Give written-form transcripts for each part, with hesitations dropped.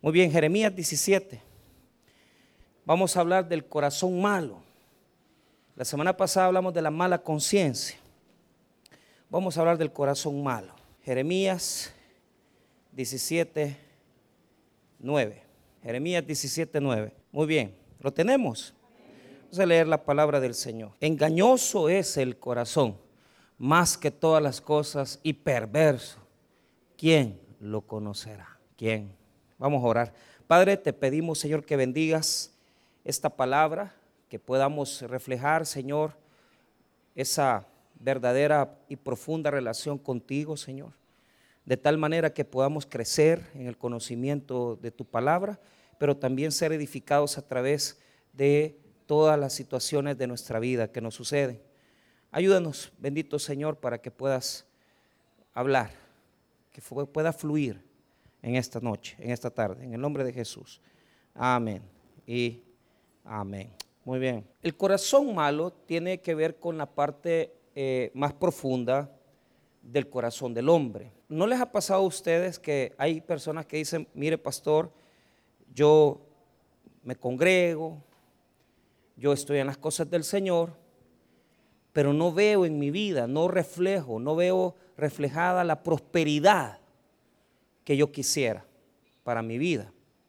Muy bien, Jeremías 17. Vamos a hablar del corazón malo. La semana pasada hablamos de la mala conciencia. Vamos a hablar del corazón malo. Jeremías 17, 9. Jeremías 17, 9. Muy bien, ¿lo tenemos? Vamos a leer la palabra del Señor. Engañoso es el corazón, más que todas las cosas, y perverso. ¿Quién lo conocerá? ¿Quién? Vamos a orar. Padre, te pedimos, Señor, que bendigas esta palabra, que podamos reflejar, Señor, esa verdadera y profunda relación contigo, Señor, de tal manera que podamos crecer en el conocimiento de tu palabra, pero también ser edificados a través de todas las situaciones de nuestra vida que nos suceden. Ayúdanos, bendito Señor, para que puedas hablar, que pueda fluir en esta noche, en esta tarde, en el nombre de Jesús. Amén y amén. Muy bien. El corazón malo tiene que ver con la parte más profunda del corazón del hombre. ¿No les ha pasado a ustedes que hay personas que dicen, mire pastor, yo me congrego, yo estoy en las cosas del Señor, pero no veo en mi vida, no veo reflejada la prosperidad que yo quisiera para mi vida?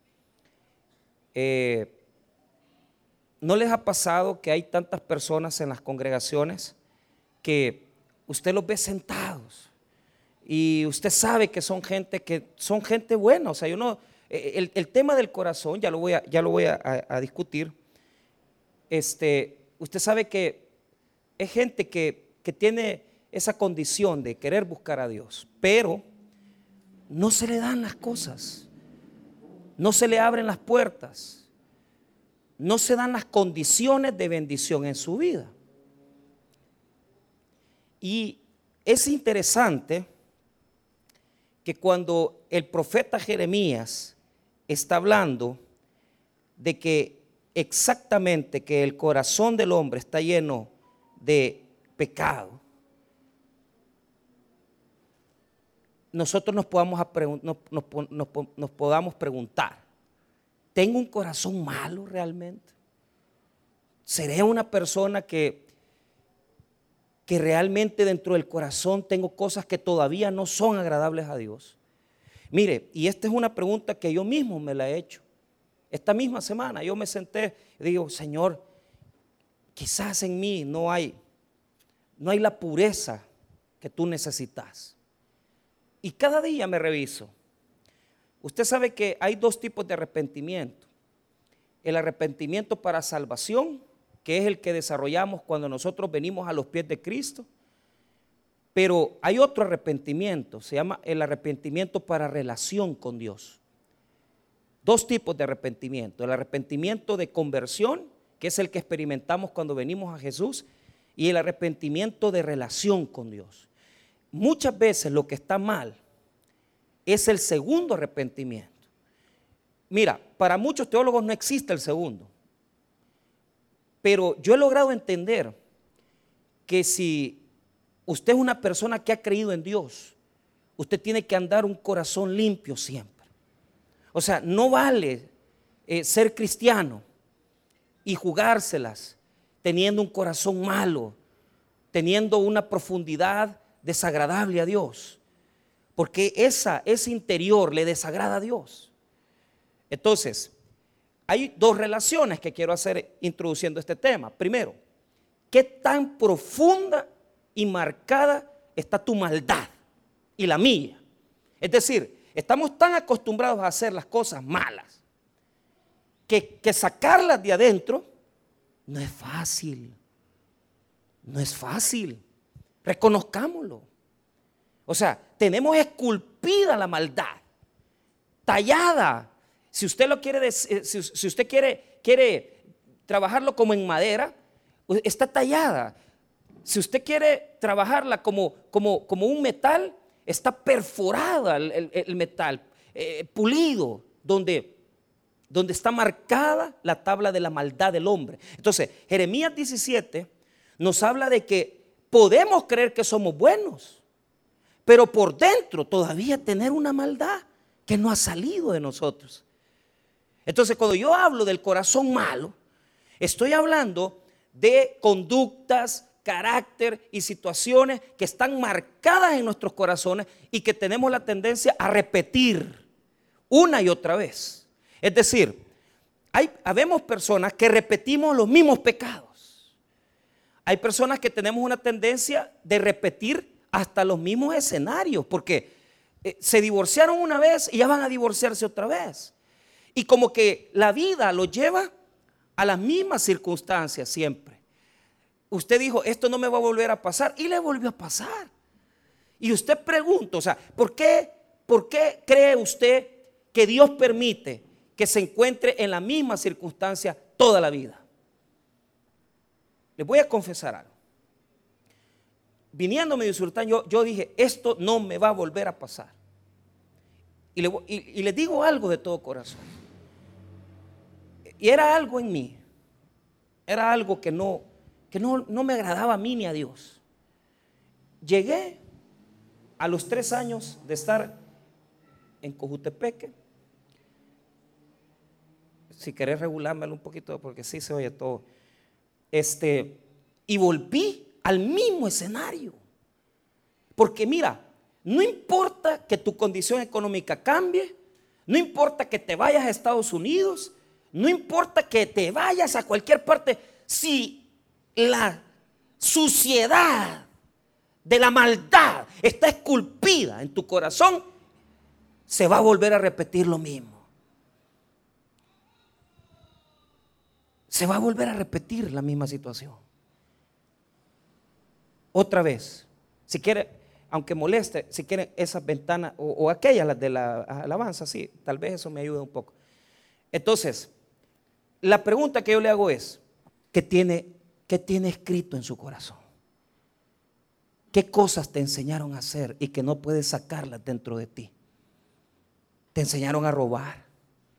¿No les ha pasado que hay tantas personas en las congregaciones que usted los ve sentados y usted sabe que son gente buena? O sea, el tema del corazón, ya lo voy a discutir. Usted sabe que es gente que tiene esa condición de querer buscar a Dios, pero no se le dan las cosas, no se le abren las puertas, no se dan las condiciones de bendición en su vida. Y es interesante que cuando el profeta Jeremías está hablando de que exactamente que el corazón del hombre está lleno de pecado, nosotros nos podamos preguntar, ¿tengo un corazón malo realmente? ¿Seré una persona que realmente dentro del corazón tengo cosas que todavía no son agradables a Dios? Mire, y esta es una pregunta que yo mismo me la he hecho. Esta misma semana yo me senté y digo, Señor, quizás en mí no hay la pureza que tú necesitas. Y cada día me reviso. Usted sabe que hay dos tipos de arrepentimiento. El arrepentimiento para salvación, que es el que desarrollamos cuando nosotros venimos a los pies de Cristo. Pero hay otro arrepentimiento, se llama el arrepentimiento para relación con Dios. Dos tipos de arrepentimiento. El arrepentimiento de conversión, que es el que experimentamos cuando venimos a Jesús, y el arrepentimiento de relación con Dios. Muchas veces lo que está mal es el segundo arrepentimiento. Mira, para muchos teólogos no existe el segundo, pero yo he logrado entender que si usted es una persona que ha creído en Dios, usted tiene que andar un corazón limpio siempre. O sea, no vale ser cristiano y jugárselas teniendo un corazón malo, teniendo una profundidad desagradable a Dios, porque ese interior le desagrada a Dios. Entonces, hay dos relaciones que quiero hacer introduciendo este tema. Primero, ¿qué tan profunda y marcada está tu maldad y la mía? Es decir, estamos tan acostumbrados a hacer las cosas malas que sacarlas de adentro no es fácil. No es fácil. Reconozcámoslo. O sea, tenemos esculpida la maldad, tallada. Si usted lo quiere, si usted quiere trabajarlo como en madera, está tallada. Si usted quiere trabajarla como un metal, está perforada el metal, pulido, donde está marcada la tabla de la maldad del hombre. Entonces, Jeremías 17 nos habla de que podemos creer que somos buenos, pero por dentro todavía tener una maldad que no ha salido de nosotros. Entonces, cuando yo hablo del corazón malo, estoy hablando de conductas, carácter y situaciones que están marcadas en nuestros corazones y que tenemos la tendencia a repetir una y otra vez. Es decir, habemos personas que repetimos los mismos pecados. Hay personas que tenemos una tendencia de repetir hasta los mismos escenarios, porque se divorciaron una vez y ya van a divorciarse otra vez. Y como que la vida los lleva a las mismas circunstancias siempre. Usted dijo, esto no me va a volver a pasar, y le volvió a pasar. Y usted pregunta, o sea, ¿por qué cree usted que Dios permite que se encuentre en la misma circunstancia toda la vida? Les voy a confesar algo. Viniéndome de Usulután, yo dije, esto no me va a volver a pasar. Y les digo algo de todo corazón. Y era algo en mí. Era algo que no me agradaba a mí ni a Dios. Llegué a los 3 años de estar en Cojutepeque. Si querés regulármelo un poquito, porque sí se oye todo. Y volví al mismo escenario. Porque mira, no importa que tu condición económica cambie, no importa que te vayas a Estados Unidos, no importa que te vayas a cualquier parte, si la suciedad de la maldad está esculpida en tu corazón, se va a volver a repetir lo mismo. Se va a volver a repetir la misma situación. Otra vez, si quiere, aunque moleste, si quieren esas ventanas o aquellas, las de la alabanza, sí, tal vez eso me ayude un poco. Entonces, la pregunta que yo le hago es, ¿qué tiene escrito en su corazón? ¿Qué cosas te enseñaron a hacer y que no puedes sacarlas dentro de ti? Te enseñaron a robar,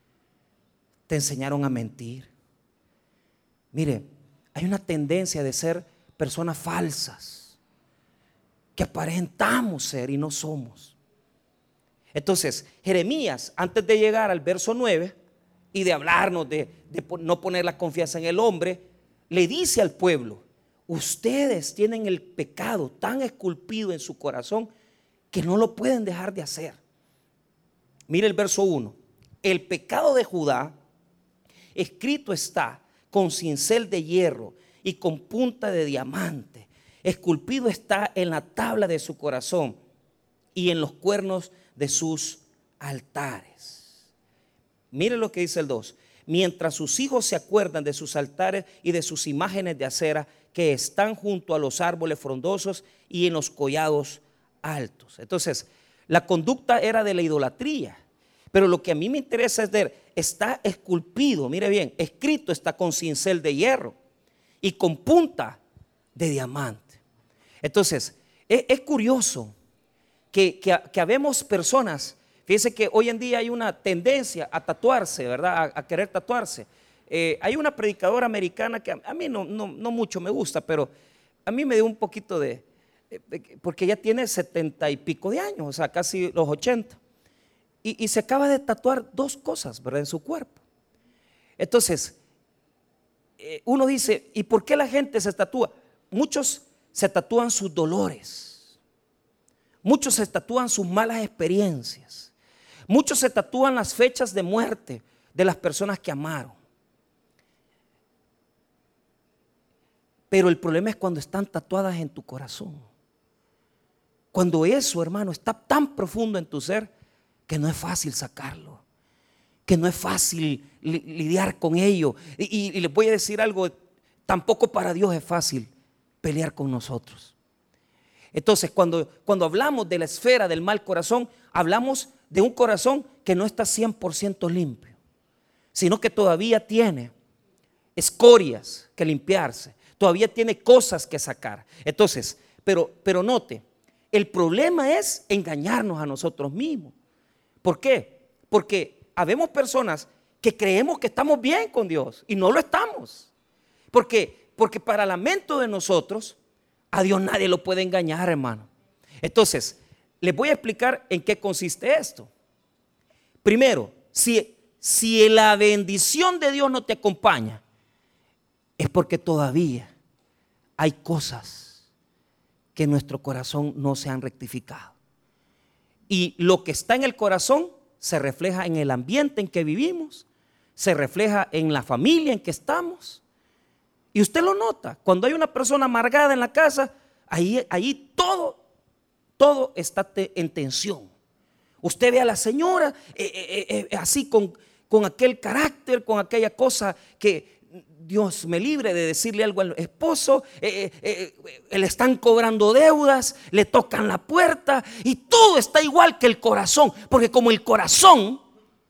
te enseñaron a mentir. Mire, hay una tendencia de ser personas falsas, que aparentamos ser y no somos. Entonces, Jeremías, antes de llegar al verso 9 y de hablarnos de no poner la confianza en el hombre, le dice al pueblo, ustedes tienen el pecado tan esculpido en su corazón que no lo pueden dejar de hacer. Mire el verso 1, el pecado de Judá escrito está con cincel de hierro y con punta de diamante, esculpido está en la tabla de su corazón y en los cuernos de sus altares. Mire lo que dice el 2, mientras sus hijos se acuerdan de sus altares y de sus imágenes de acera que están junto a los árboles frondosos y en los collados altos. Entonces, la conducta era de la idolatría, pero lo que a mí me interesa es ver, está esculpido, mire bien, escrito está con cincel de hierro y con punta de diamante. Entonces, es curioso que habemos personas, fíjense que hoy en día hay una tendencia a tatuarse, ¿verdad? A querer tatuarse. Hay una predicadora americana que a mí no mucho me gusta, pero a mí me dio un poquito porque ella tiene 70 y pico de años, o sea, casi los 80. Y se acaba de tatuar 2 cosas, ¿verdad? En su cuerpo. Entonces, uno dice, ¿y por qué la gente se tatúa? Muchos se tatúan sus dolores. Muchos se tatúan sus malas experiencias. Muchos se tatúan las fechas de muerte de las personas que amaron. Pero el problema es cuando están tatuadas en tu corazón. Cuando eso, hermano, está tan profundo en tu ser que no es fácil sacarlo, que no es fácil lidiar con ello. Y les voy a decir algo, tampoco para Dios es fácil pelear con nosotros. Entonces, cuando hablamos de la esfera del mal corazón, hablamos de un corazón que no está 100% limpio, sino que todavía tiene escorias que limpiarse, todavía tiene cosas que sacar. Entonces, pero note, el problema es engañarnos a nosotros mismos. ¿Por qué? Porque habemos personas que creemos que estamos bien con Dios y no lo estamos. Porque para lamento de nosotros, a Dios nadie lo puede engañar, hermano. Entonces, les voy a explicar en qué consiste esto. Primero, si si la bendición de Dios no te acompaña, es porque todavía hay cosas que en nuestro corazón no se han rectificado. Y lo que está en el corazón se refleja en el ambiente en que vivimos, se refleja en la familia en que estamos. Y usted lo nota, cuando hay una persona amargada en la casa, ahí todo está en tensión. Usted ve a la señora así con aquel carácter, con aquella cosa que Dios me libre de decirle algo al esposo, le están cobrando deudas, le tocan la puerta y todo está igual que el corazón, porque como el corazón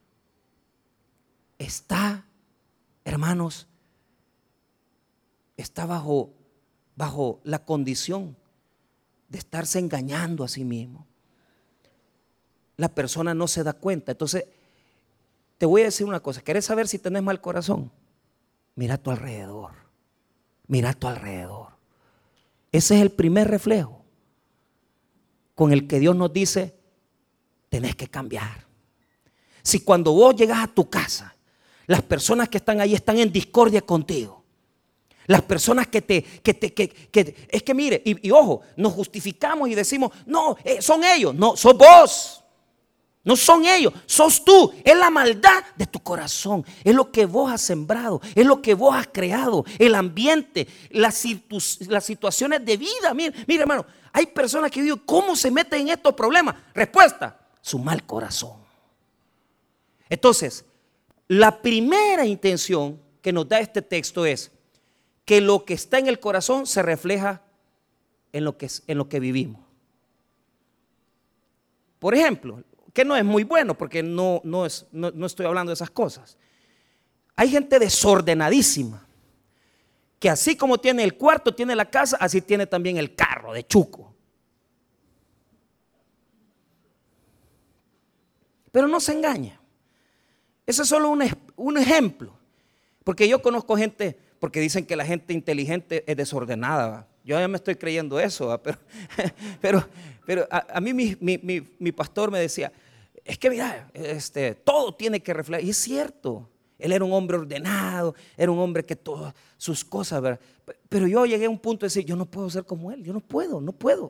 está, hermanos, está bajo la condición de estarse engañando a sí mismo, la persona no se da cuenta. Entonces, te voy a decir una cosa, ¿querés saber si tenés mal corazón? Mira a tu alrededor, mira a tu alrededor. Ese es el primer reflejo con el que Dios nos dice, tenés que cambiar. Si cuando vos llegas a tu casa, las personas que están ahí están en discordia contigo, las personas que es que mire, y ojo, nos justificamos y decimos, no, son ellos, no, sos vos. No son ellos, sos tú. Es la maldad de tu corazón. Es lo que vos has sembrado. Es lo que vos has creado. El ambiente, las situaciones de vida. Mire, hermano, hay personas que digo, ¿cómo se meten en estos problemas? Respuesta, su mal corazón. Entonces, la primera intención que nos da este texto es que lo que está en el corazón se refleja en lo que vivimos. Por ejemplo, que no es muy bueno porque no estoy hablando de esas cosas. Hay gente desordenadísima que así como tiene el cuarto, tiene la casa, así tiene también el carro de chuco. Pero no se engaña. Ese es solo un ejemplo. Porque yo conozco gente, porque dicen que la gente inteligente es desordenada, ¿va? Yo ya me estoy creyendo eso, ¿va? Pero a mí mi pastor me decía, es que mira, todo tiene que reflejar. Y es cierto, él era un hombre ordenado, era un hombre que todas sus cosas, ¿verdad? Pero yo llegué a un punto de decir, yo no puedo ser como él, yo no puedo.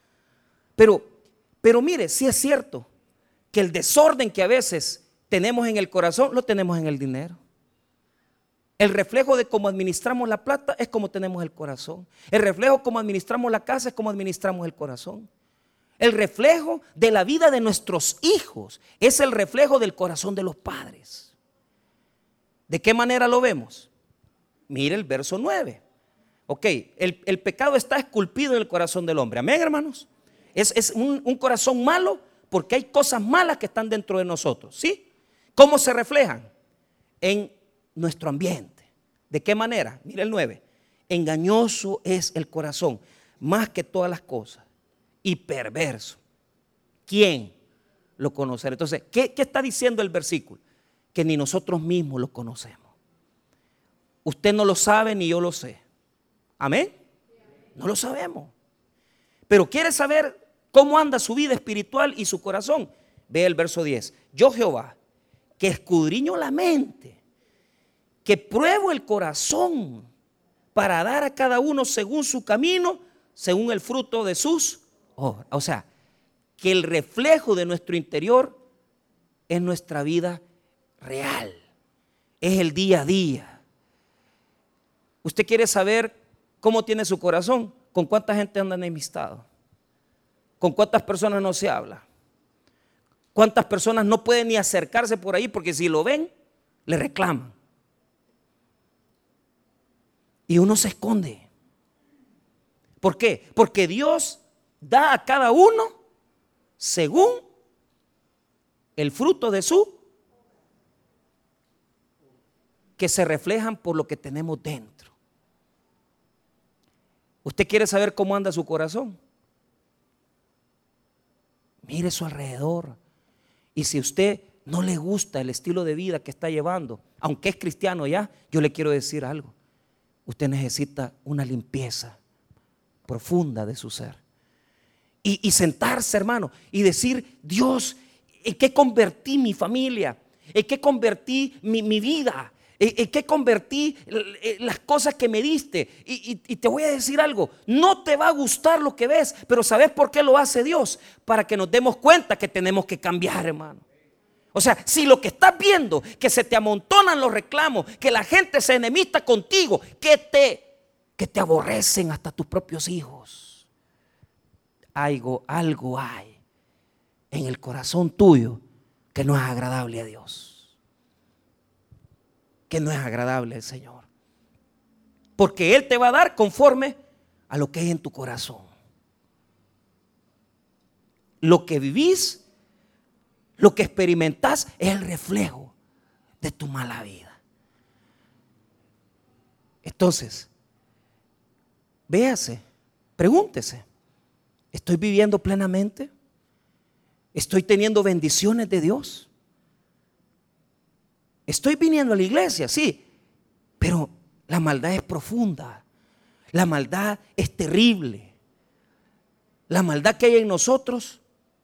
Pero mire, sí es cierto que el desorden que a veces tenemos en el corazón, lo tenemos en el dinero. El reflejo de cómo administramos la plata es como tenemos el corazón. El reflejo de cómo administramos la casa es como administramos el corazón. El reflejo de la vida de nuestros hijos es el reflejo del corazón de los padres. ¿De qué manera lo vemos? Mire el verso 9. Ok, el pecado está esculpido en el corazón del hombre. Amén, hermanos. Es un corazón malo porque hay cosas malas que están dentro de nosotros. ¿Sí? ¿Cómo se reflejan? En nuestro ambiente. ¿De qué manera? Mire el 9. Engañoso es el corazón más que todas las cosas y perverso. ¿Quién lo conocerá? Entonces, ¿qué está diciendo el versículo? Que ni nosotros mismos lo conocemos. Usted no lo sabe ni yo lo sé. ¿Amén? No lo sabemos. Pero quiere saber cómo anda su vida espiritual y su corazón. Ve el verso 10. Yo Jehová, que escudriño la mente, que pruebo el corazón para dar a cada uno según su camino, según el fruto de sus obras. O sea, que el reflejo de nuestro interior es nuestra vida real, es el día a día. ¿Usted quiere saber cómo tiene su corazón? ¿Con cuánta gente anda enemistado? ¿Con cuántas personas no se habla? ¿Cuántas personas no pueden ni acercarse por ahí porque si lo ven, le reclaman? Y uno se esconde. ¿Por qué? Porque Dios da a cada uno según el fruto de su, que se reflejan por lo que tenemos dentro. ¿Usted quiere saber cómo anda su corazón? Mire su alrededor. Y si a usted no le gusta el estilo de vida que está llevando, aunque es cristiano ya, yo le quiero decir algo. Usted necesita una limpieza profunda de su ser. Y sentarse, hermano, y decir, Dios, ¿en qué convertí mi familia? ¿En qué convertí mi vida? ¿En qué convertí las cosas que me diste? Y te voy a decir algo, no te va a gustar lo que ves, pero ¿sabes por qué lo hace Dios? Para que nos demos cuenta que tenemos que cambiar, hermano. O sea, si lo que estás viendo, que se te amontonan los reclamos, que la gente se enemista contigo, que te aborrecen hasta tus propios hijos, algo hay en el corazón tuyo que no es agradable a Dios, que no es agradable al Señor, porque Él te va a dar conforme a lo que hay en tu corazón. Lo que vivís, lo que experimentás es el reflejo de tu mala vida. Entonces, véase, pregúntese, ¿estoy viviendo plenamente? ¿Estoy teniendo bendiciones de Dios? Estoy viniendo a la iglesia, sí, pero la maldad es profunda, la maldad es terrible. La maldad que hay en nosotros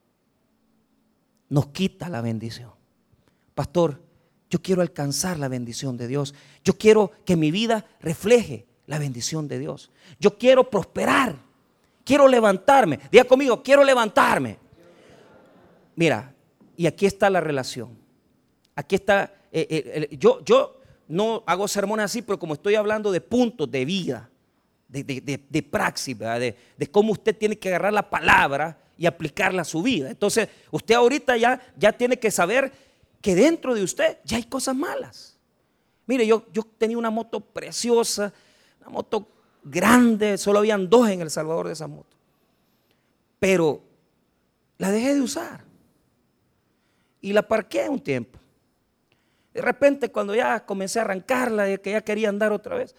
nos quita la bendición. Pastor, yo quiero alcanzar la bendición de Dios. Yo quiero que mi vida refleje la bendición de Dios. Yo quiero prosperar, quiero levantarme. Diga conmigo, quiero levantarme. Mira, y aquí está la relación. Aquí está, yo no hago sermones así, pero como estoy hablando de puntos de vida, de praxis, de cómo usted tiene que agarrar la palabra y aplicarla a su vida. Entonces, usted ahorita ya tiene que saber que dentro de usted ya hay cosas malas. Mire, yo tenía una moto preciosa, una moto grande, solo habían 2 en El Salvador de esas motos, pero la dejé de usar y la parqué un tiempo. De repente, cuando ya comencé a arrancarla, que ya quería andar otra vez,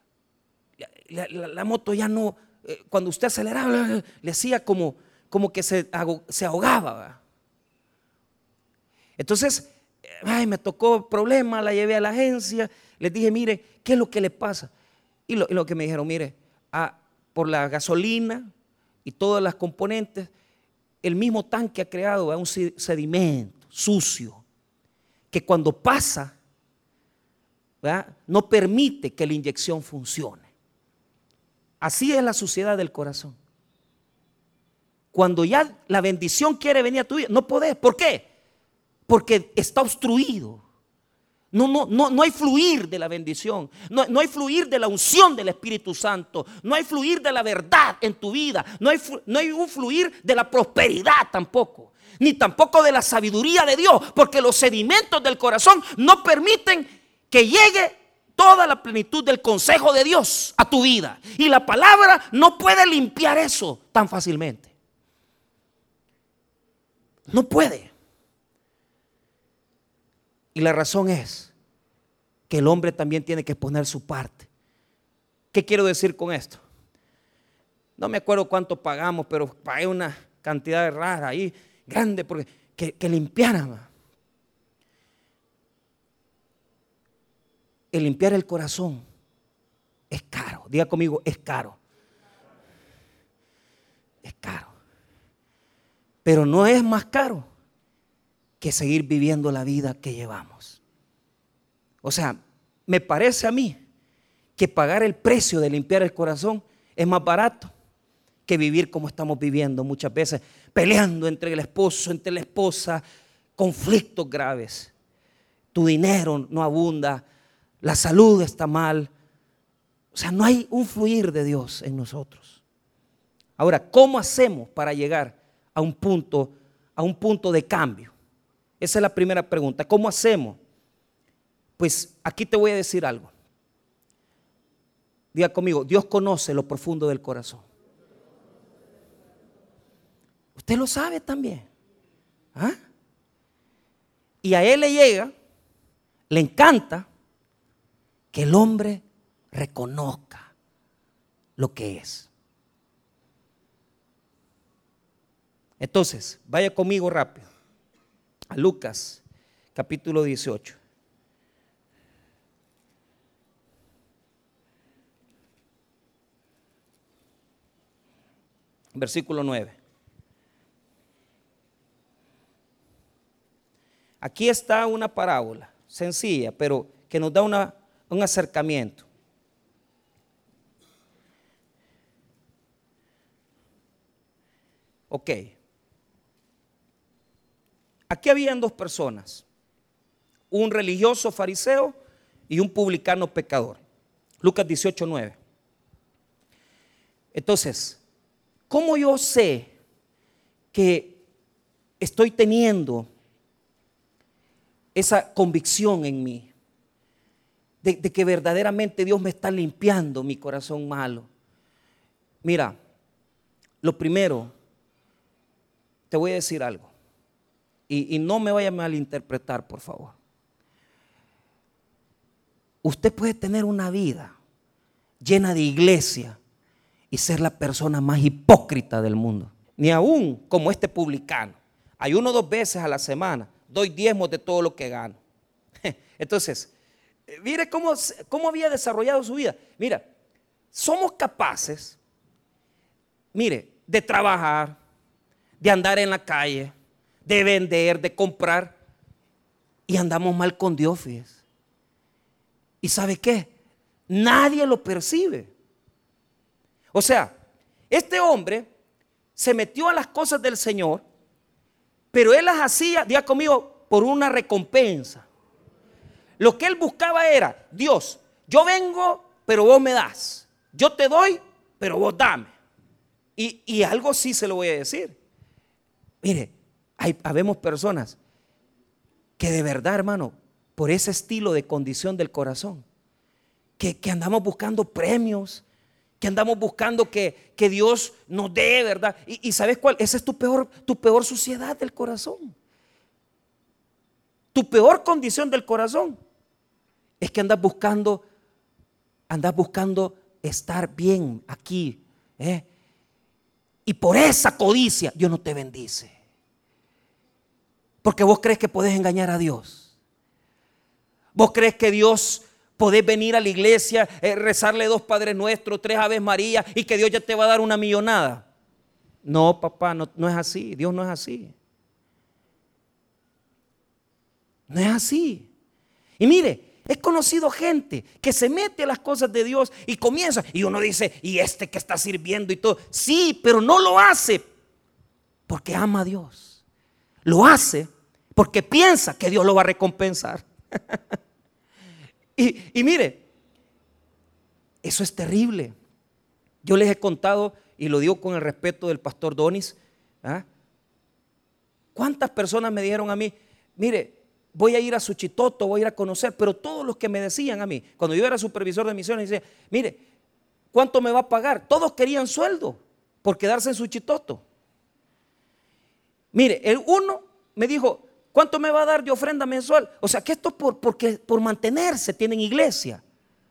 la moto ya no, cuando usted aceleraba, le hacía como que se ahogaba, ¿verdad? Entonces, me tocó problema, la llevé a la agencia, les dije, mire, ¿qué es lo que le pasa? Y lo que me dijeron, mire, por la gasolina y todas las componentes, el mismo tanque ha creado un sedimento sucio, que cuando pasa, ¿verdad?, no permite que la inyección funcione. Así es la suciedad del corazón. Cuando ya la bendición quiere venir a tu vida, no podés. ¿Por qué? Porque está obstruido. No hay fluir de la bendición. No hay fluir de la unción del Espíritu Santo. No hay fluir de la verdad en tu vida. No hay un fluir de la prosperidad tampoco. Ni tampoco de la sabiduría de Dios. Porque los sedimentos del corazón no permiten que llegue toda la plenitud del consejo de Dios a tu vida. Y la palabra no puede limpiar eso tan fácilmente. No puede. Y la razón es que el hombre también tiene que poner su parte. ¿Qué quiero decir con esto? No me acuerdo cuánto pagamos, pero pagué una cantidad rara ahí, grande, porque que limpiaran. El limpiar el corazón es caro. Diga conmigo, es caro. Es caro. Pero no es más caro que seguir viviendo la vida que llevamos. O sea, me parece a mí que pagar el precio de limpiar el corazón es más barato que vivir como estamos viviendo muchas veces, peleando entre el esposo, entre la esposa, conflictos graves. Tu dinero no abunda, la salud está mal. O sea, no hay un fluir de Dios en nosotros. Ahora, ¿cómo hacemos para llegar a un punto de cambio? Esa es la primera pregunta. ¿Cómo hacemos? Pues aquí te voy a decir algo. Diga conmigo, Dios conoce lo profundo del corazón. Usted lo sabe también. ¿Ah? Y a Él le llega, le encanta que el hombre reconozca lo que es. Entonces, vaya conmigo rápido a Lucas capítulo 18. Versículo 9. Aquí está una parábola sencilla, pero que nos da un acercamiento. Ok. Aquí habían dos personas, un religioso fariseo y un publicano pecador. Lucas 18:9. Entonces, ¿cómo yo sé que estoy teniendo esa convicción en mí de que verdaderamente Dios me está limpiando mi corazón malo? Mira, lo primero, te voy a decir algo y no me vaya a malinterpretar, por favor. Usted puede tener una vida llena de iglesia y ser la persona más hipócrita del mundo. Ni aún como este publicano. Ayuno 2 veces a la semana, doy diezmos de todo lo que gano. Entonces, mire cómo había desarrollado su vida. Mira, somos capaces, mire, de trabajar, de andar en la calle, de vender, de comprar, y andamos mal con Dios, fíjese. ¿Y sabe qué? Nadie lo percibe. O sea, este hombre se metió a las cosas del Señor, pero él las hacía, diga conmigo, por una recompensa. Lo que él buscaba era: Dios, yo vengo, pero vos me das. Yo te doy, pero vos dame. Y algo sí se lo voy a decir. Mire, habemos personas que de verdad, hermano, por ese estilo de condición del corazón, que andamos buscando premios, que andamos buscando que Dios nos dé, ¿verdad? Y ¿sabes cuál? Esa es tu peor suciedad del corazón. Tu peor condición del corazón es que andas buscando estar bien aquí, y por esa codicia Dios no te bendice, porque vos crees que podés engañar a Dios. Vos crees que Dios, podés venir a la iglesia, rezarle 2 Padres Nuestros, 3 Aves María, y que Dios ya te va a dar una millonada. No, papá, no es así. Dios no es así. No es así. Y mire, he conocido gente que se mete a las cosas de Dios y comienza, y uno dice: ¿y este que está sirviendo y todo? Sí, pero no lo hace porque ama a Dios. Lo hace porque piensa que Dios lo va a recompensar. Y mire, eso es terrible. Yo les he contado, y lo digo con el respeto del pastor Donis, ¿cuántas personas me dijeron a mí: mire, voy a ir a Suchitoto, voy a ir a conocer? Pero todos los que me decían a mí, cuando yo era supervisor de misiones, decían: mire, ¿cuánto me va a pagar? Todos querían sueldo por quedarse en Suchitoto. Mire, el uno me dijo: ¿cuánto me va a dar de ofrenda mensual? O sea, que esto porque por mantenerse tienen iglesia.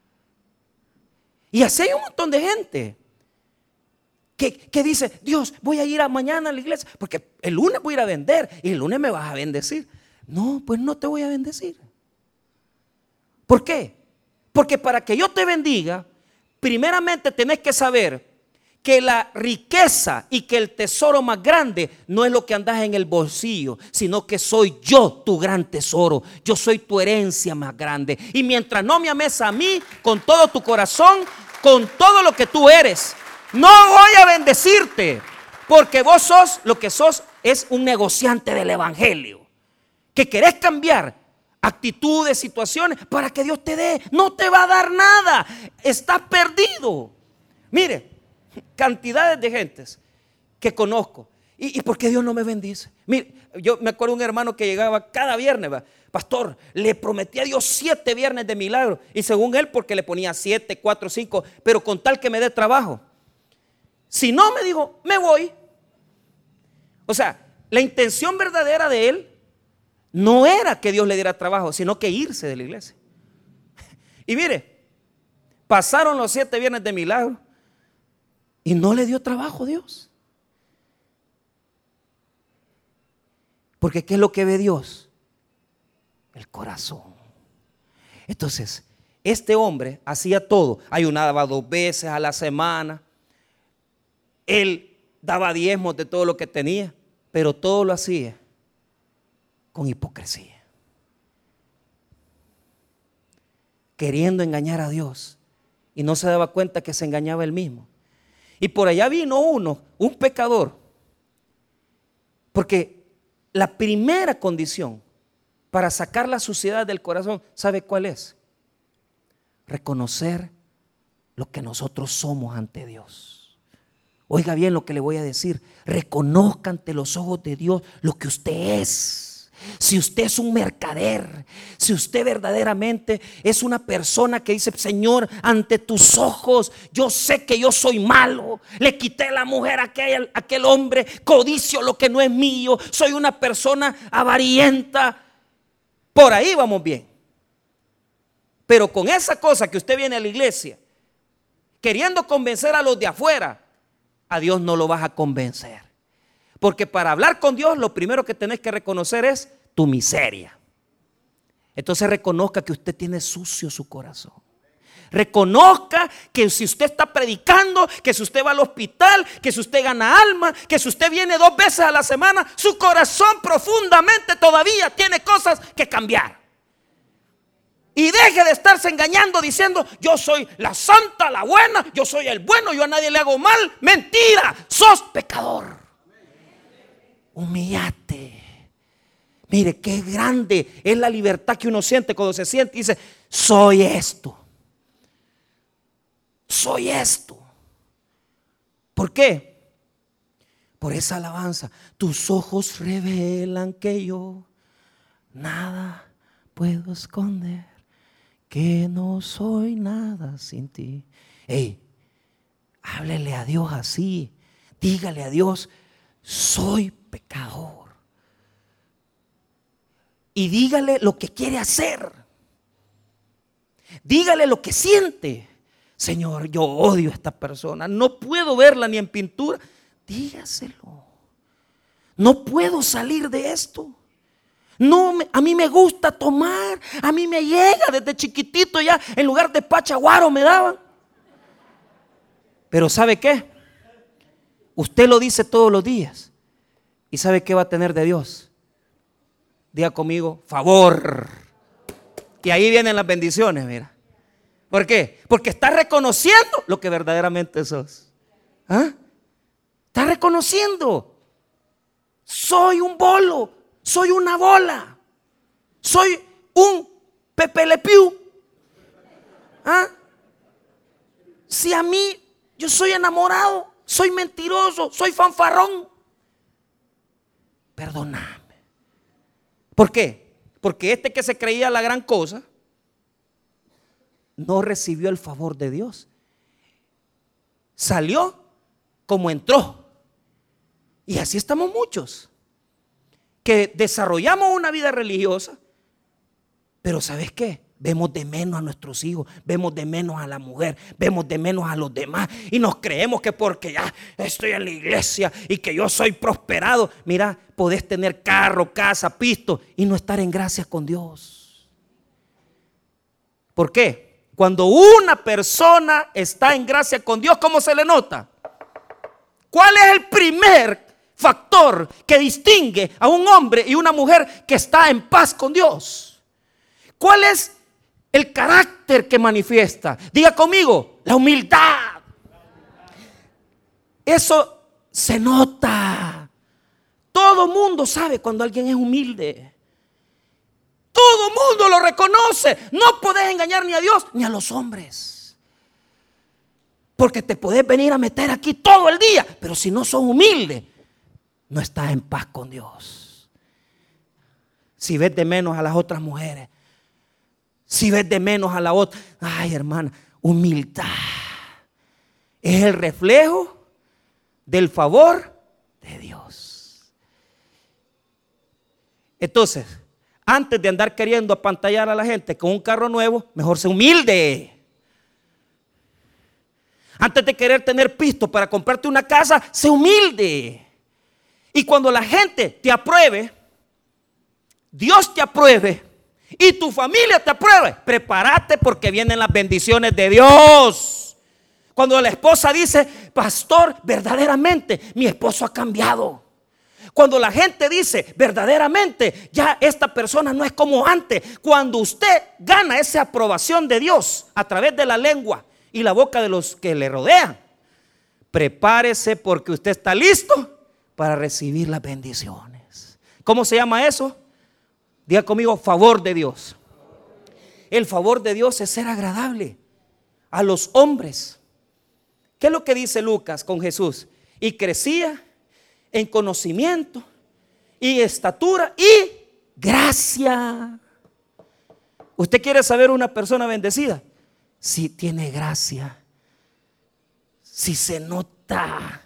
Y así hay un montón de gente que dice: Dios, voy a ir mañana a la iglesia porque el lunes voy a ir a vender y el lunes me vas a bendecir. No, pues no te voy a bendecir. ¿Por qué? Porque para que yo te bendiga, primeramente tenés que saber que la riqueza y que el tesoro más grande no es lo que andas en el bolsillo, sino que soy yo tu gran tesoro. Yo soy tu herencia más grande. Y mientras no me ames a mí con todo tu corazón, con todo lo que tú eres, no voy a bendecirte, porque vos sos, lo que sos es un negociante del evangelio, que querés cambiar actitudes, situaciones para que Dios te dé. No te va a dar nada, estás perdido. Mire, cantidades de gentes que conozco. ¿Y por qué Dios no me bendice? Mire, yo me acuerdo de un hermano que llegaba cada viernes: pastor, le prometí a Dios 7 viernes de milagro. Y según él, porque le ponía 7, 4, 5, pero con tal que me dé trabajo. Si no, me dijo, me voy. O sea, la intención verdadera de él no era que Dios le diera trabajo, sino que irse de la iglesia. Y mire, pasaron los 7 viernes de milagro y no le dio trabajo Dios. Porque ¿qué es lo que ve Dios? El corazón. Entonces, este hombre hacía todo. Ayunaba 2 veces a la semana. Él daba diezmos de todo lo que tenía, pero todo lo hacía con hipocresía. queriendo engañar a Dios y no se daba cuenta que se engañaba él mismo. Y por allá vino un pecador, porque la primera condición para sacar la suciedad del corazón, ¿sabe cuál es? Reconocer lo que nosotros somos ante Dios. Oiga bien lo que le voy a decir. Reconozca ante los ojos de Dios lo que usted es. Si usted es un mercader, si usted verdaderamente es una persona que dice: Señor, ante tus ojos yo sé que yo soy malo, le quité la mujer a aquel hombre, codicio lo que no es mío, soy una persona avarienta. Por ahí vamos bien. Pero con esa cosa que usted viene a la iglesia queriendo convencer a los de afuera, a Dios no lo vas a convencer. Porque para hablar con Dios lo primero que tenés que reconocer es tu miseria. Entonces reconozca que usted tiene sucio su corazón. Reconozca que si usted está predicando, que si usted va al hospital, que si usted gana alma, que si usted viene 2 veces a la semana, su corazón profundamente todavía tiene cosas que cambiar. Y deje de estarse engañando diciendo: yo soy la santa, la buena, yo soy el bueno, yo a nadie le hago mal. Mentira, sos pecador. Humillate. Mire qué grande es la libertad que uno siente cuando se siente y dice: soy esto. Soy esto. ¿Por qué? Por esa alabanza. Tus ojos revelan que yo nada puedo esconder, que no soy nada sin ti. Hey, háblele a Dios así. Dígale a Dios: soy pecador. Y dígale lo que quiere hacer. Dígale lo que siente. Señor, yo odio a esta persona, no puedo verla ni en pintura. Dígaselo. No puedo salir de esto. No, a mí me gusta tomar. A mí me llega desde chiquitito ya. En lugar de pachaguaro me daban. Pero ¿sabe qué? Usted lo dice todos los días. ¿Y sabe qué va a tener de Dios? Diga conmigo: favor. Y ahí vienen las bendiciones, mira. ¿Por qué? Porque está reconociendo lo que verdaderamente sos. ¿Ah? Está reconociendo: soy un bolo, soy una bola, soy un Pepe Le Pew. ¿Ah? Si a mí, yo soy enamorado, soy mentiroso, soy fanfarrón, perdóname. ¿Por qué? Porque este que se creía la gran cosa no recibió el favor de Dios. Salió como entró. Y así estamos muchos, que desarrollamos una vida religiosa, pero ¿sabes qué? Vemos de menos a nuestros hijos, vemos de menos a la mujer, vemos de menos a los demás y nos creemos que porque ya estoy en la iglesia y que yo soy prosperado, mira, podés tener carro, casa, pisto y no estar en gracia con Dios. ¿Por qué? Cuando una persona está en gracia con Dios, ¿cómo se le nota? ¿Cuál es el primer factor que distingue a un hombre y una mujer que está en paz con Dios? ¿Cuál es el carácter que manifiesta? Diga conmigo: la humildad. Eso se nota. Todo mundo sabe cuando alguien es humilde. Todo mundo lo reconoce. No podés engañar ni a Dios ni a los hombres, porque te podés venir a meter aquí todo el día, pero si no sos humilde, no estás en paz con Dios. Si ves de menos a las otras mujeres, si ves de menos a la otra, ay, hermana, humildad es el reflejo del favor de Dios. Entonces, antes de andar queriendo apantallar a la gente con un carro nuevo, mejor sé humilde. Antes de querer tener pisto para comprarte una casa, sé humilde. Y cuando la gente te apruebe, Dios te apruebe y tu familia te apruebe, prepárate porque vienen las bendiciones de Dios. Cuando la esposa dice: pastor, verdaderamente mi esposo ha cambiado. Cuando la gente dice verdaderamente, ya esta persona no es como antes. Cuando usted gana esa aprobación de Dios a través de la lengua y la boca de los que le rodean, prepárese porque usted está listo para recibir las bendiciones. ¿Cómo se llama eso? Diga conmigo, favor de Dios. El favor de Dios es ser agradable a los hombres. ¿Qué es lo que dice Lucas con Jesús? Y crecía en conocimiento y estatura y gracia. ¿Usted quiere saber una persona bendecida? Si tiene gracia, si se nota.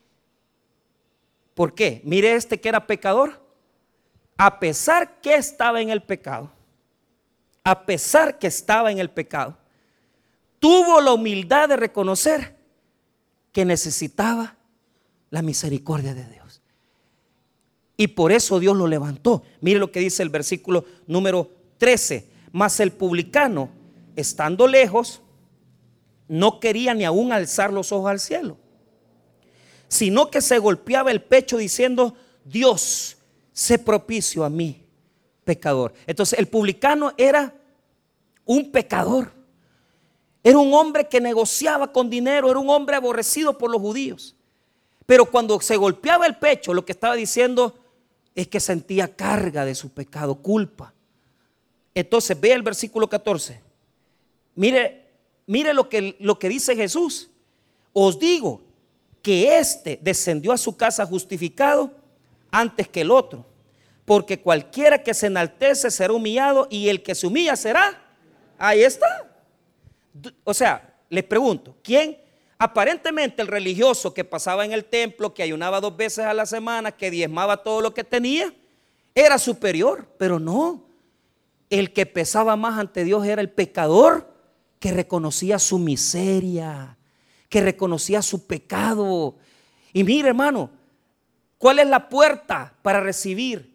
¿Por qué? Mire este que era pecador. A pesar que estaba en el pecado, a pesar que estaba en el pecado, tuvo la humildad de reconocer que necesitaba la misericordia de Dios. Y por eso Dios lo levantó. Mire lo que dice el versículo número 13. Mas el publicano, estando lejos, no quería ni aún alzar los ojos al cielo, sino que se golpeaba el pecho diciendo: Dios, sé propicio a mí, pecador. Entonces el publicano era un pecador. Era un hombre que negociaba con dinero. Era un hombre aborrecido por los judíos. Pero cuando se golpeaba el pecho, lo que estaba diciendo es que sentía carga de su pecado, culpa. Entonces ve el versículo 14. Mire lo que dice Jesús. Os digo que éste descendió a su casa justificado antes que el otro, porque cualquiera que se enaltece será humillado, y el que se humilla será. Ahí está. O sea, les pregunto, ¿quién? Aparentemente el religioso que pasaba en el templo, que ayunaba 2 veces a la semana, que diezmaba todo lo que tenía, era superior. Pero no, el que pesaba más ante Dios era el pecador, que reconocía su miseria, que reconocía su pecado. Y mire, hermano, ¿cuál es la puerta para recibir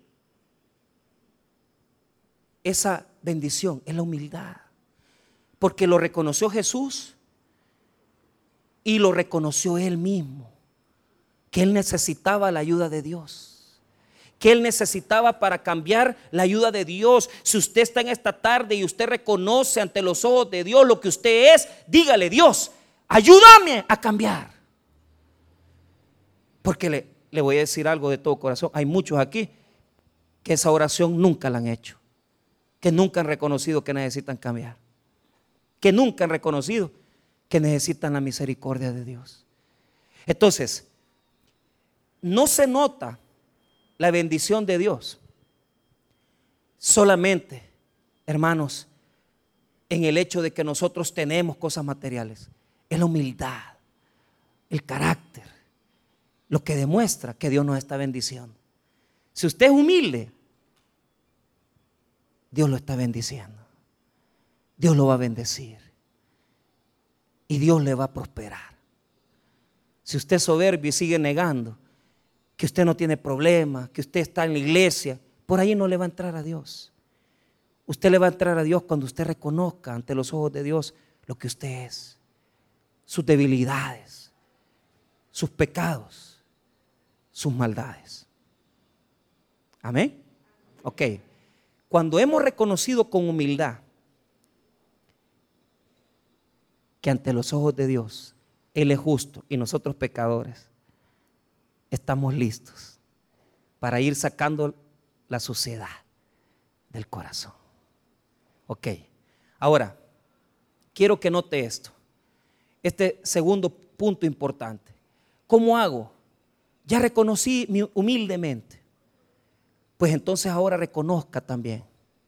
esa bendición? Es la humildad. Porque lo reconoció Jesús y lo reconoció él mismo, que él necesitaba la ayuda de Dios, que él necesitaba para cambiar la ayuda de Dios. Si usted está en esta tarde y usted reconoce ante los ojos de Dios lo que usted es, dígale: Dios, ayúdame a cambiar. Porque le voy a decir algo de todo corazón. Hay muchos aquí que esa oración nunca la han hecho, que nunca han reconocido que necesitan cambiar, que nunca han reconocido que necesitan la misericordia de Dios. Entonces, no se nota la bendición de Dios solamente, hermanos, en el hecho de que nosotros tenemos cosas materiales. Es la humildad, el carácter, lo que demuestra que Dios nos está bendiciendo. Si usted es humilde, Dios lo está bendiciendo. Dios lo va a bendecir y Dios le va a prosperar. Si usted es soberbio y sigue negando que usted no tiene problemas, que usted está en la iglesia, por ahí no le va a entrar a Dios. Usted le va a entrar a Dios cuando usted reconozca ante los ojos de Dios lo que usted es, sus debilidades, sus pecados, sus maldades. Amén. Ok. Cuando hemos reconocido con humildad que ante los ojos de Dios Él es justo y nosotros pecadores, estamos listos para ir sacando la suciedad del corazón. Ok, ahora quiero que note esto, este segundo punto importante. ¿Cómo hago? Ya reconocí humildemente. Pues entonces ahora reconozca también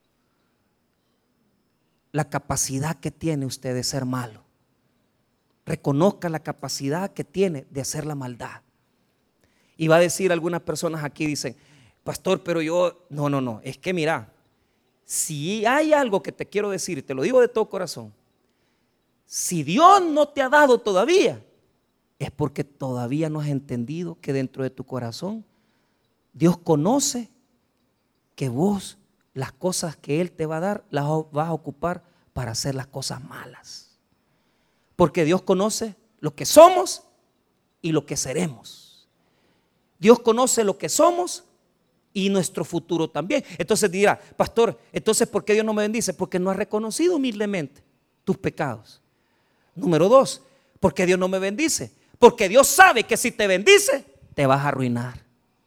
la capacidad que tiene usted de ser malo. Reconozca la capacidad que tiene de hacer la maldad. Y va a decir algunas personas aquí, dicen: pastor, pero yo, no, es que mira, si hay algo que te quiero decir, y te lo digo de todo corazón, si Dios no te ha dado todavía, es porque todavía no has entendido que dentro de tu corazón Dios conoce que vos las cosas que Él te va a dar las vas a ocupar para hacer las cosas malas. Porque Dios conoce lo que somos y lo que seremos. Dios conoce lo que somos y nuestro futuro también. Entonces dirá, pastor, entonces ¿por qué Dios no me bendice? Porque no has reconocido humildemente tus pecados. Número 2, ¿por qué Dios no me bendice? Porque Dios sabe que si te bendice, te vas a arruinar.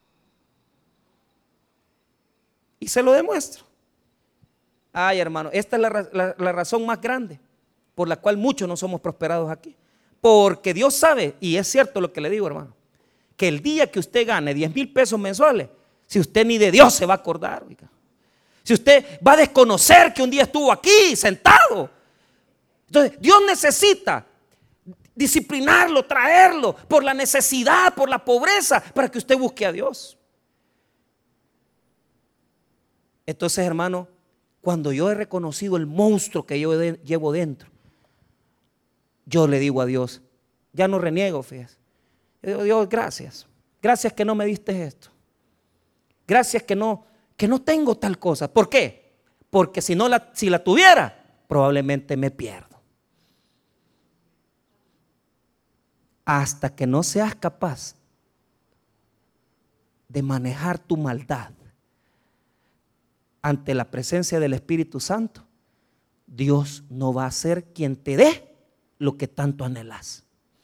Y se lo demuestro. Ay, hermano, esta es la razón más grande por la cual muchos no somos prosperados aquí. Porque Dios sabe, y es cierto lo que le digo, hermano, que el día que usted gane 10,000 pesos mensuales, si usted ni de Dios se va a acordar, oiga. Si usted va a desconocer que un día estuvo aquí sentado. Entonces Dios necesita disciplinarlo, traerlo por la necesidad, por la pobreza, para que usted busque a Dios. Entonces, hermano, cuando yo he reconocido el monstruo que yo llevo dentro, yo le digo a Dios, ya no reniego, fíjese. Yo digo, Dios, gracias. Gracias que no me diste esto. Gracias que no tengo tal cosa. ¿Por qué? Porque si la tuviera, probablemente me pierdo. Hasta que no seas capaz de manejar tu maldad ante la presencia del Espíritu Santo, Dios no va a ser quien te dé lo que tanto anhelas.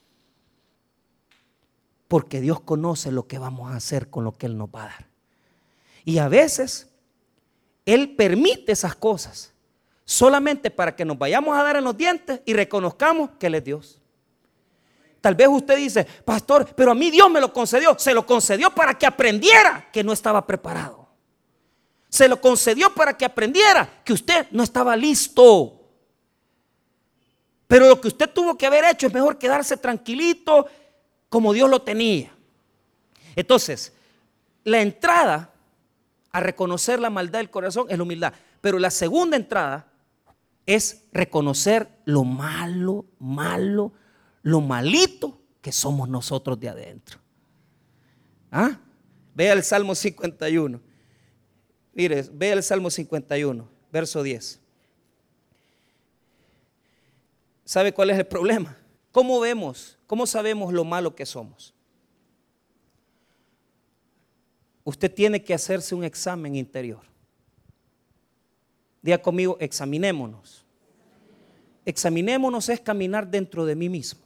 Porque Dios conoce lo que vamos a hacer con lo que Él nos va a dar. Y a veces Él permite esas cosas solamente para que nos vayamos a dar en los dientes y reconozcamos que Él es Dios. Tal vez usted dice, pastor, pero a mí Dios me lo concedió. Se lo concedió para que aprendiera que no estaba preparado. Se lo concedió para que aprendiera que usted no estaba listo. Pero lo que usted tuvo que haber hecho es mejor quedarse tranquilito como Dios lo tenía. Entonces, la entrada a reconocer la maldad del corazón es la humildad. Pero la segunda entrada es reconocer lo malo, lo malito que somos nosotros de adentro. Vea el Salmo 51. Mire, vea el Salmo 51, verso 10. ¿Sabe cuál es el problema? ¿Cómo vemos? ¿Cómo sabemos lo malo que somos? Usted tiene que hacerse un examen interior. Diga conmigo, examinémonos. Examinémonos es caminar dentro de mí mismo.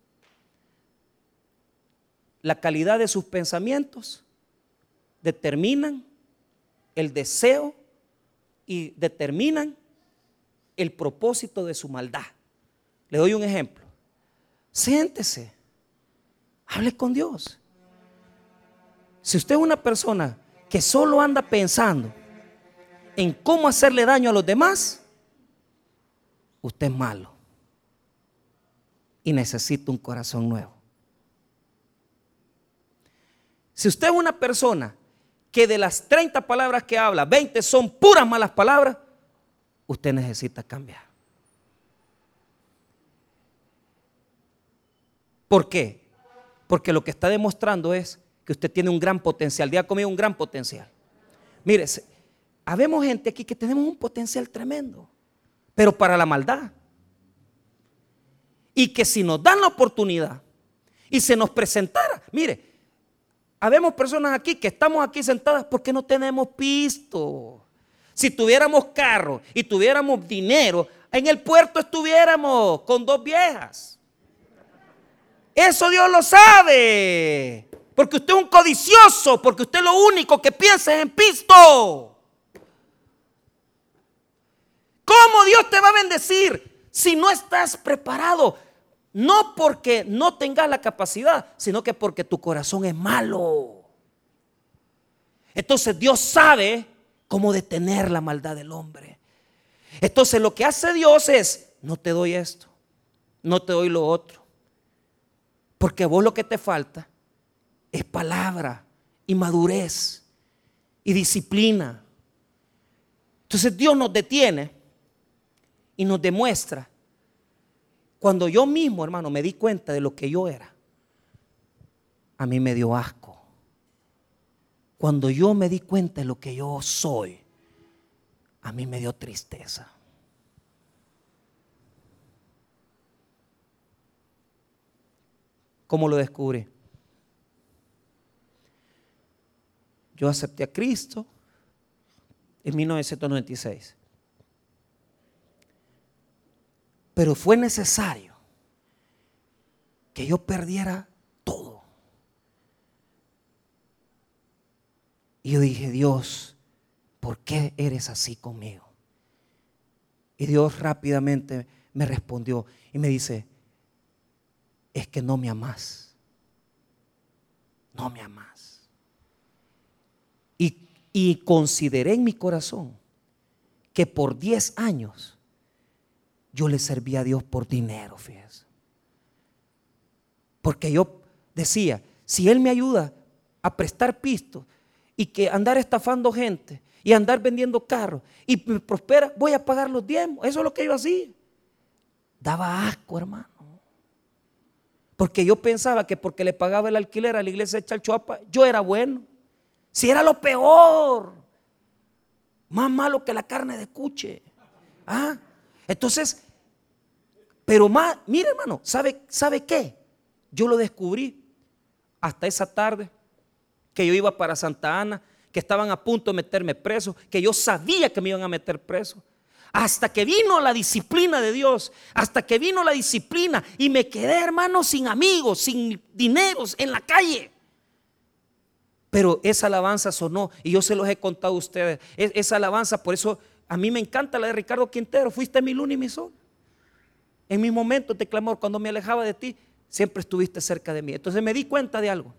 La calidad de sus pensamientos determinan el deseo y determinan el propósito de su maldad. Le doy un ejemplo. Siéntese, hable con Dios. Si usted es una persona que solo anda pensando en cómo hacerle daño a los demás, usted es malo y necesita un corazón nuevo. Si usted es una persona que de las 30 palabras que habla, 20 son puras malas palabras, usted necesita cambiar. ¿Por qué? Porque lo que está demostrando es que usted tiene un gran potencial. Diga conmigo, un gran potencial. Mire, habemos gente aquí que tenemos un potencial tremendo, pero para la maldad. Y que si nos dan la oportunidad y se nos presentara, mire, habemos personas aquí que estamos aquí sentadas porque no tenemos pisto. Si tuviéramos carro y tuviéramos dinero, en el puerto estuviéramos con 2 viejas. Eso Dios lo sabe. Porque usted es un codicioso, porque usted lo único que piensa es en pisto. ¿Cómo Dios te va a bendecir si no estás preparado? No porque no tengas la capacidad, sino que porque tu corazón es malo. Entonces Dios sabe cómo detener la maldad del hombre. Entonces lo que hace Dios es, no te doy esto, no te doy lo otro. Porque a vos lo que te falta es palabra y madurez y disciplina. Entonces Dios nos detiene y nos demuestra. Cuando yo mismo, hermano, me di cuenta de lo que yo era, a mí me dio asco. Cuando yo me di cuenta de lo que yo soy, a mí me dio tristeza. ¿Cómo lo descubrí? yo acepté a Cristo en 1996. Pero fue necesario que yo perdiera todo. Y yo dije, Dios, ¿por qué eres así conmigo? Y Dios rápidamente me respondió y me dice, es que no me amas. No me amas. Y consideré en mi corazón que por 10 años yo le serví a Dios por dinero, fíjese. Porque yo decía, si Él me ayuda a prestar pistos y que andar estafando gente y andar vendiendo carros y me prospera, voy a pagar los diezmos. Eso es lo que yo hacía. Daba asco, hermano. Porque yo pensaba que porque le pagaba el alquiler a la iglesia de Chalchuapa, yo era bueno. Si era lo peor, más malo que la carne de cuche. Entonces, pero más, mire hermano, ¿sabe qué? Yo lo descubrí hasta esa tarde que yo iba para Santa Ana, que estaban a punto de meterme preso, que yo sabía que me iban a meter preso. Hasta que vino la disciplina de Dios, hasta que vino la disciplina y me quedé, hermano, sin amigos, sin dineros, en la calle. Pero esa alabanza sonó y yo se los he contado a ustedes. Esa alabanza, por eso a mí me encanta la de Ricardo Quintero. Fuiste mi luna y mi sol. En mis momentos de clamor, cuando me alejaba de ti, siempre estuviste cerca de mí. Entonces me di cuenta de algo,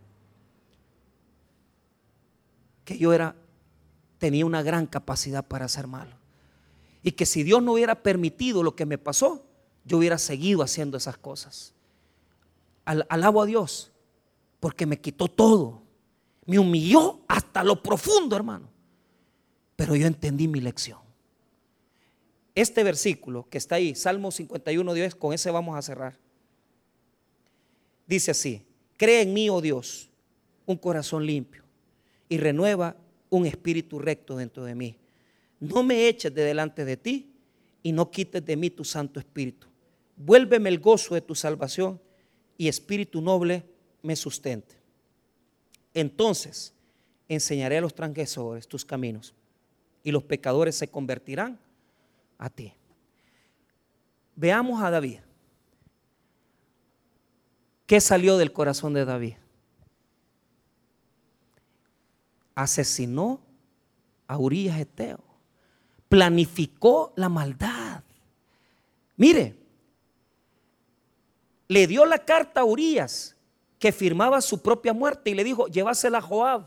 que yo tenía una gran capacidad para hacer malo, y que si Dios no hubiera permitido lo que me pasó, yo hubiera seguido haciendo esas cosas. Alabo a Dios porque me quitó todo, me humilló hasta lo profundo, hermano, pero yo entendí mi lección. Este versículo que está ahí, Salmo 51:10, con ese vamos a cerrar. Dice así: cree en mí, oh Dios, un corazón limpio, y renueva un espíritu recto dentro de mí. No me eches de delante de ti y no quites de mí tu Santo Espíritu. Vuélveme el gozo de tu salvación y espíritu noble me sustente. Entonces enseñaré a los transgresores tus caminos y los pecadores se convertirán a ti. Veamos a David. ¿Qué salió del corazón de David? Asesinó a Urías Eteo. Planificó la maldad. Mire, le dio la carta a Urías que firmaba su propia muerte y le dijo, llévasela a Joab.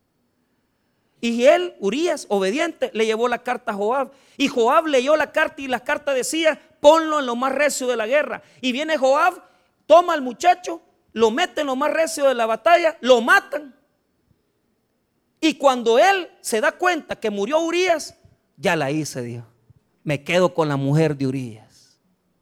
Y él, Urías, obediente, le llevó la carta a Joab. Y Joab leyó la carta y la carta decía, ponlo en lo más recio de la guerra. Y viene Joab, toma al muchacho, lo mete en lo más recio de la batalla, lo matan. Y cuando él se da cuenta que murió Urías, ya la hice, Dios. Me quedo con la mujer de Urías.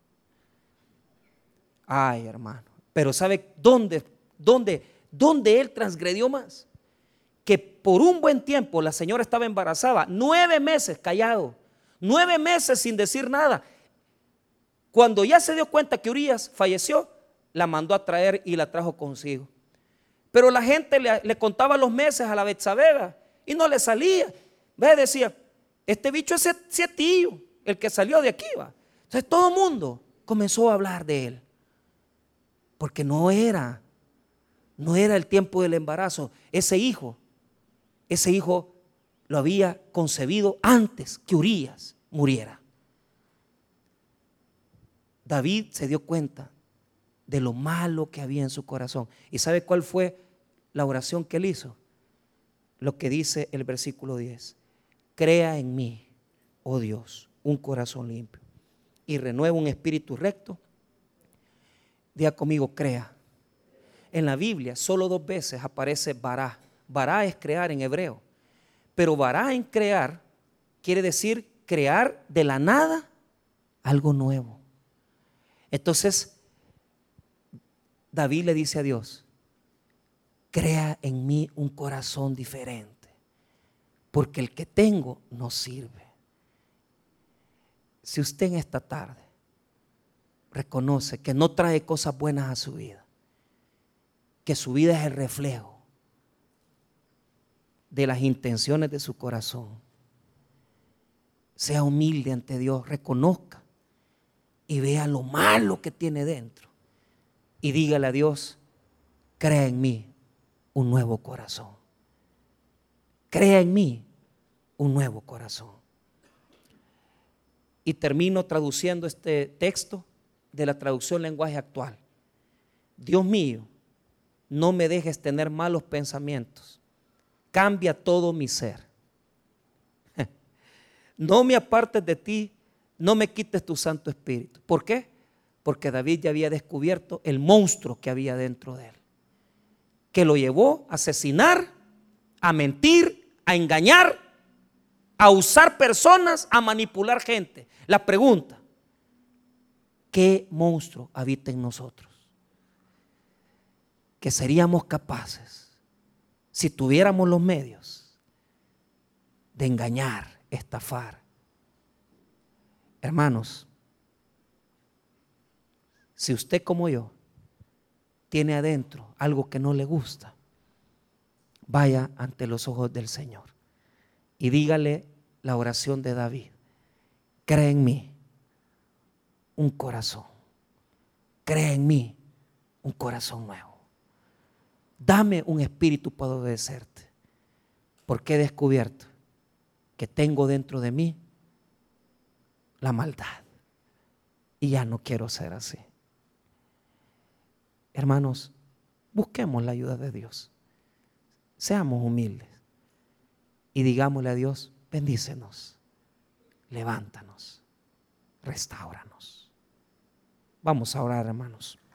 Ay, hermano. Pero ¿sabe dónde él transgredió más? Que por un buen tiempo la señora estaba embarazada, 9 meses callado, 9 meses sin decir nada. Cuando ya se dio cuenta que Urías falleció, la mandó a traer y la trajo consigo. Pero la gente le contaba los meses a la Betsabé y no le salía. Ve, decía, este bicho es ese tío, el que salió de aquí, va. Entonces todo el mundo comenzó a hablar de él, porque no era el tiempo del embarazo. Ese hijo lo había concebido antes que Urías muriera. David se dio cuenta de lo malo que había en su corazón. ¿Y sabe cuál fue la oración que él hizo? Lo que dice el versículo 10. Crea en mí, oh Dios, un corazón limpio y renueva un espíritu recto. Diga conmigo, crea. En la Biblia solo 2 veces aparece bará. Bará es crear en hebreo, pero bará en crear quiere decir crear de la nada algo nuevo. Entonces David le dice a Dios, crea en mí un corazón diferente, porque el que tengo no sirve. Si usted en esta tarde reconoce que no trae cosas buenas a su vida, que su vida es el reflejo de las intenciones de su corazón. Sea humilde ante Dios, reconozca y vea lo malo que tiene dentro. Y dígale a Dios, crea en mí un nuevo corazón. Crea en mí un nuevo corazón. Y termino traduciendo este texto de la traducción lenguaje actual. Dios mío, no me dejes tener malos pensamientos. Cambia todo mi ser. No me apartes de ti, no me quites tu Santo Espíritu. ¿Por qué? Porque David ya había descubierto el monstruo que había dentro de él, que lo llevó a asesinar, a mentir, a engañar, a usar personas, a manipular gente. La pregunta, ¿qué monstruo habita en nosotros? Que seríamos capaces, si tuviéramos los medios, de engañar, estafar. Hermanos, si usted como yo tiene adentro algo que no le gusta, vaya ante los ojos del Señor y dígale la oración de David: crea en mí un corazón, crea en mí un corazón nuevo, dame un espíritu para obedecerte, porque he descubierto que tengo dentro de mí la maldad y ya no quiero ser así. Hermanos, busquemos la ayuda de Dios, seamos humildes y digámosle a Dios: bendícenos, levántanos, restáuranos. Vamos a orar, hermanos.